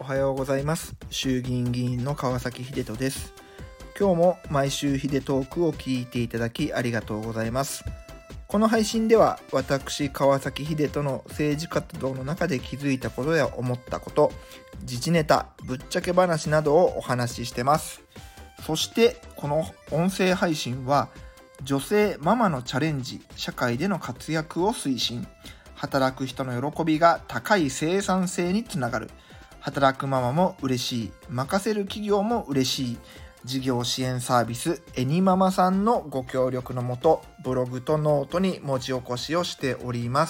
はようございます。衆議院議員の川崎秀人です。今日も毎週秀トークを聞いていただきありがとうございます。この配信では私川崎秀人の政治活動の中で気づいたことや思ったこと、時事ネタ、ぶっちゃけ話などをお話ししてます。そしてこの音声配信は女性ママのチャレンジ、社会での活躍を推進、働く人の喜びが高い生産性につながる、働くママも嬉しい、任せる企業も嬉しい、事業支援サービスエニママさんのご協力のもと、ブログとノートに文字起こしをしております。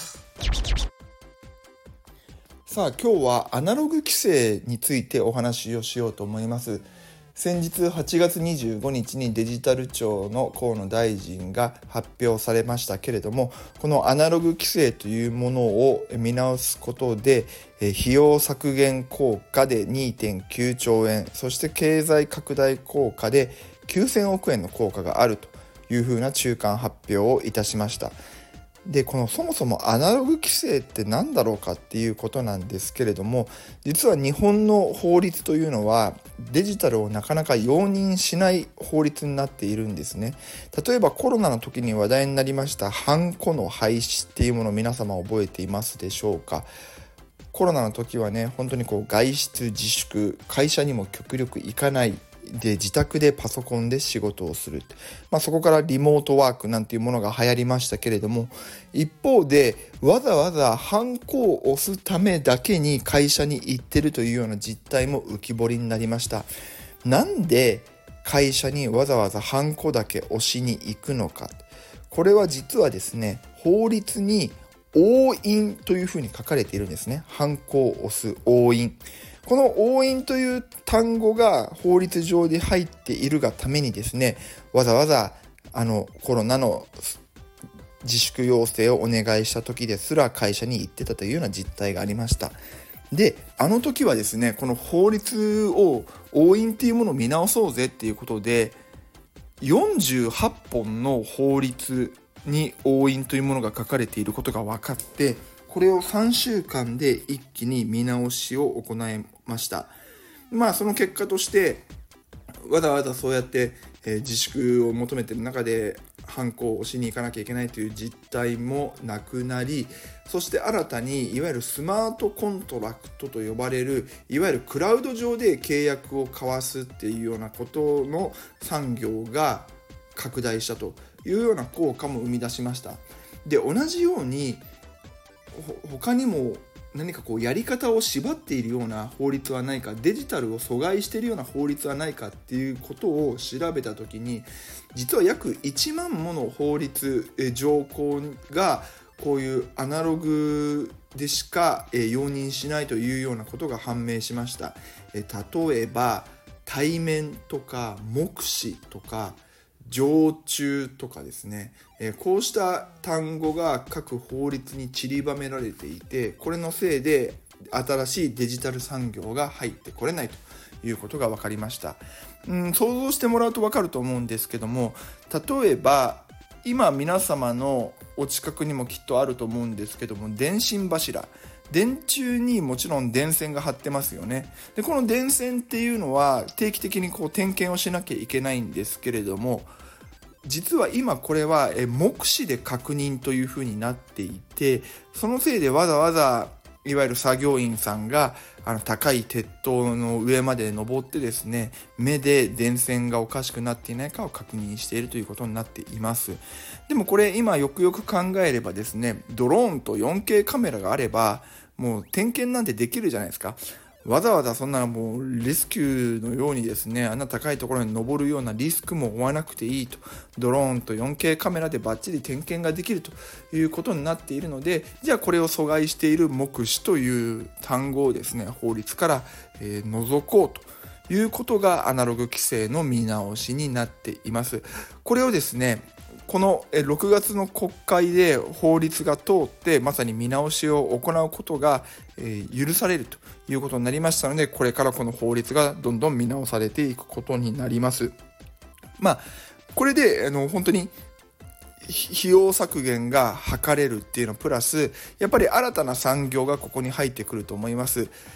さあ、今日はアナログ規制についてお話をしようと思います。先日8月25日にデジタル庁の河野大臣が発表されましたけれども、このアナログ規制というものを見直すことで費用削減効果で 2.9 兆円、そして経済拡大効果で9000億円の効果があるというふうな中間発表をいたしました。で、そもそもアナログ規制って何だろうかっていうことなんですけれども、実は日本の法律というのはデジタルをなかなか容認しない法律になっているんですね。例えばコロナの時に話題になりましたハンコの廃止っていうものを皆様覚えていますでしょうか。コロナの時はね、本当に外出自粛、会社にも極力行かないで、自宅でパソコンで仕事をする、そこからリモートワークなんていうものが流行りましたけれども、一方でわざわざハンコを押すためだけに会社に行ってるというような実態も浮き彫りになりました。なんで会社にわざわざハンコだけ押しに行くのか。これは実はですね、法律に押印というふうに書かれているんですね。ハンコを押す押印。この押印という単語が法律上で入っているがためにですね、わざわざコロナの自粛要請をお願いした時ですら会社に行ってたというような実態がありました。で、あの時はですね、この法律を押印っていうものを見直そうぜっていうことで、48本の法律に押印というものが書かれていることが分かって、これを3週間で一気に見直しを行いました。その結果としてわざわざそうやって自粛を求めている中でハンコを押しに行かなきゃいけないという実態もなくなり、そして新たにいわゆるスマートコントラクトと呼ばれる、いわゆるクラウド上で契約を交わすっていうようなことの産業が拡大したというような効果も生み出しました。で、同じように他にも何かやり方を縛っているような法律はないか、デジタルを阻害しているような法律はないかっていうことを調べたときに、実は約1万もの法律条項がこういうアナログでしか容認しないというようなことが判明しました。例えば対面とか目視とか常駐とかですね、こうした単語が各法律に散りばめられていて、これのせいで新しいデジタル産業が入ってこれないということが分かりました。想像してもらうと分かると思うんですけども、例えば今皆様のお近くにもきっとあると思うんですけども、電信柱、電柱にもちろん電線が張ってますよね。で、この電線っていうのは定期的に点検をしなきゃいけないんですけれども、実は今これは目視で確認というふうになっていて、そのせいでわざわざいわゆる作業員さんが高い鉄塔の上まで登ってですね、目で電線がおかしくなっていないかを確認しているということになっています。でもこれ今よくよく考えればですね、ドローンと 4K カメラがあればもう点検なんてできるじゃないですか。わざわざそんなもうレスキューのようにですね、あんな高いところに登るようなリスクも負わなくていいと、ドローンと 4K カメラでバッチリ点検ができるということになっているので、じゃあこれを阻害している目視という単語をですね、法律から除こうということがアナログ規制の見直しになっています。これをですね、この6月の国会で法律が通ってまさに見直しを行うことが許されるということになりましたので、これからこの法律がどんどん見直されていくことになります。これで本当に費用削減が図れるっていうのプラス、やっぱり新たな産業がここに入ってくると思います。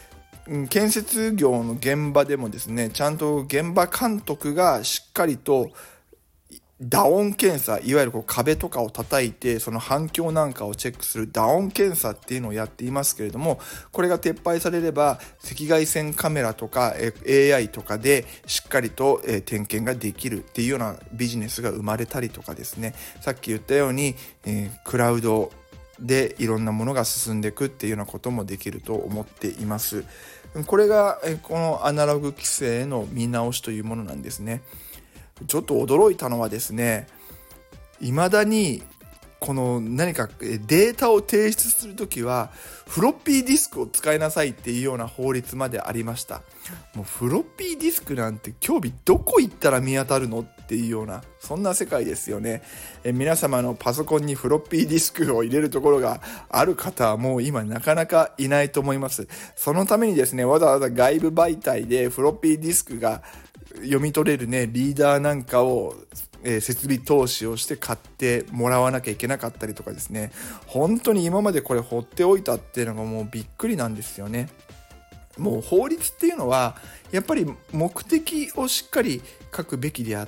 建設業の現場でもですね、ちゃんと現場監督がしっかりと打音検査、いわゆる壁とかを叩いてその反響なんかをチェックする打音検査っていうのをやっていますけれども、これが撤廃されれば赤外線カメラとか AI とかでしっかりと点検ができるっていうようなビジネスが生まれたりとかですね、さっき言ったようにクラウドでいろんなものが進んでいくっていうようなこともできると思っています。これがこのアナログ規制の見直しというものなんですね。ちょっと驚いたのはですね、未だにこの何かデータを提出するときはフロッピーディスクを使いなさいっていうような法律までありました。もうフロッピーディスクなんて今日どこ行ったら見当たるのっていうような、そんな世界ですよね。皆様のパソコンにフロッピーディスクを入れるところがある方はもう今なかなかいないと思います。そのためにですね、わざわざ外部媒体でフロッピーディスクが読み取れるねリーダーなんかを設備投資をして買ってもらわなきゃいけなかったりとかですね、本当に今までこれ放っておいたっていうのがもうびっくりなんですよね。もう法律っていうのはやっぱり目的をしっかり書くべきであって、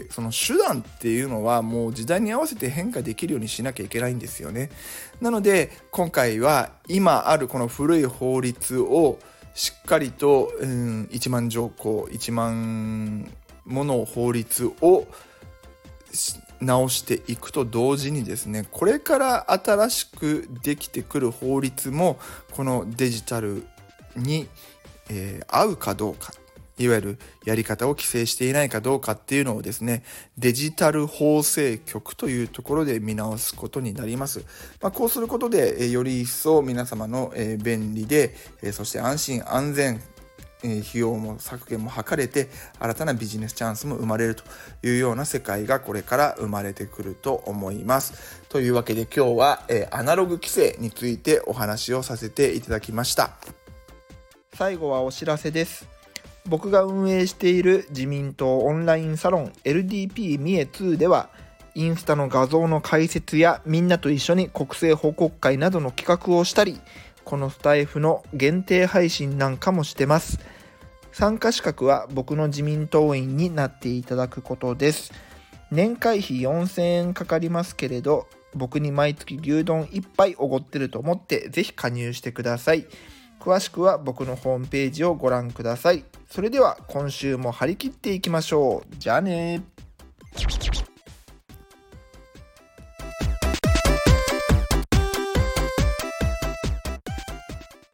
その手段っていうのはもう時代に合わせて変化できるようにしなきゃいけないんですよね。なので今回は今あるこの古い法律をしっかりと、1万条項1万もの法律を直していくと同時にですね、これから新しくできてくる法律もこのデジタルに、合うかどうか、いわゆるやり方を規制していないかどうかっていうのをですね、デジタル法制局というところで見直すことになります。こうすることで、より一層皆様の、便利で、そして安心安全、費用も削減も図れて新たなビジネスチャンスも生まれるというような世界がこれから生まれてくると思います。というわけで今日は、アナログ規制についてお話をさせていただきました。 最後はお知らせです。僕が運営している自民党オンラインサロン LDP 三重2では、インスタの画像の解説やみんなと一緒に国政報告会などの企画をしたり、このスタイフの限定配信なんかもしてます。参加資格は僕の自民党員になっていただくことです。年会費4000円かかりますけれど、僕に毎月牛丼1杯おごってると思ってぜひ加入してください。詳しくは僕のホームページをご覧ください。それでは今週も張り切っていきましょう。じゃあね。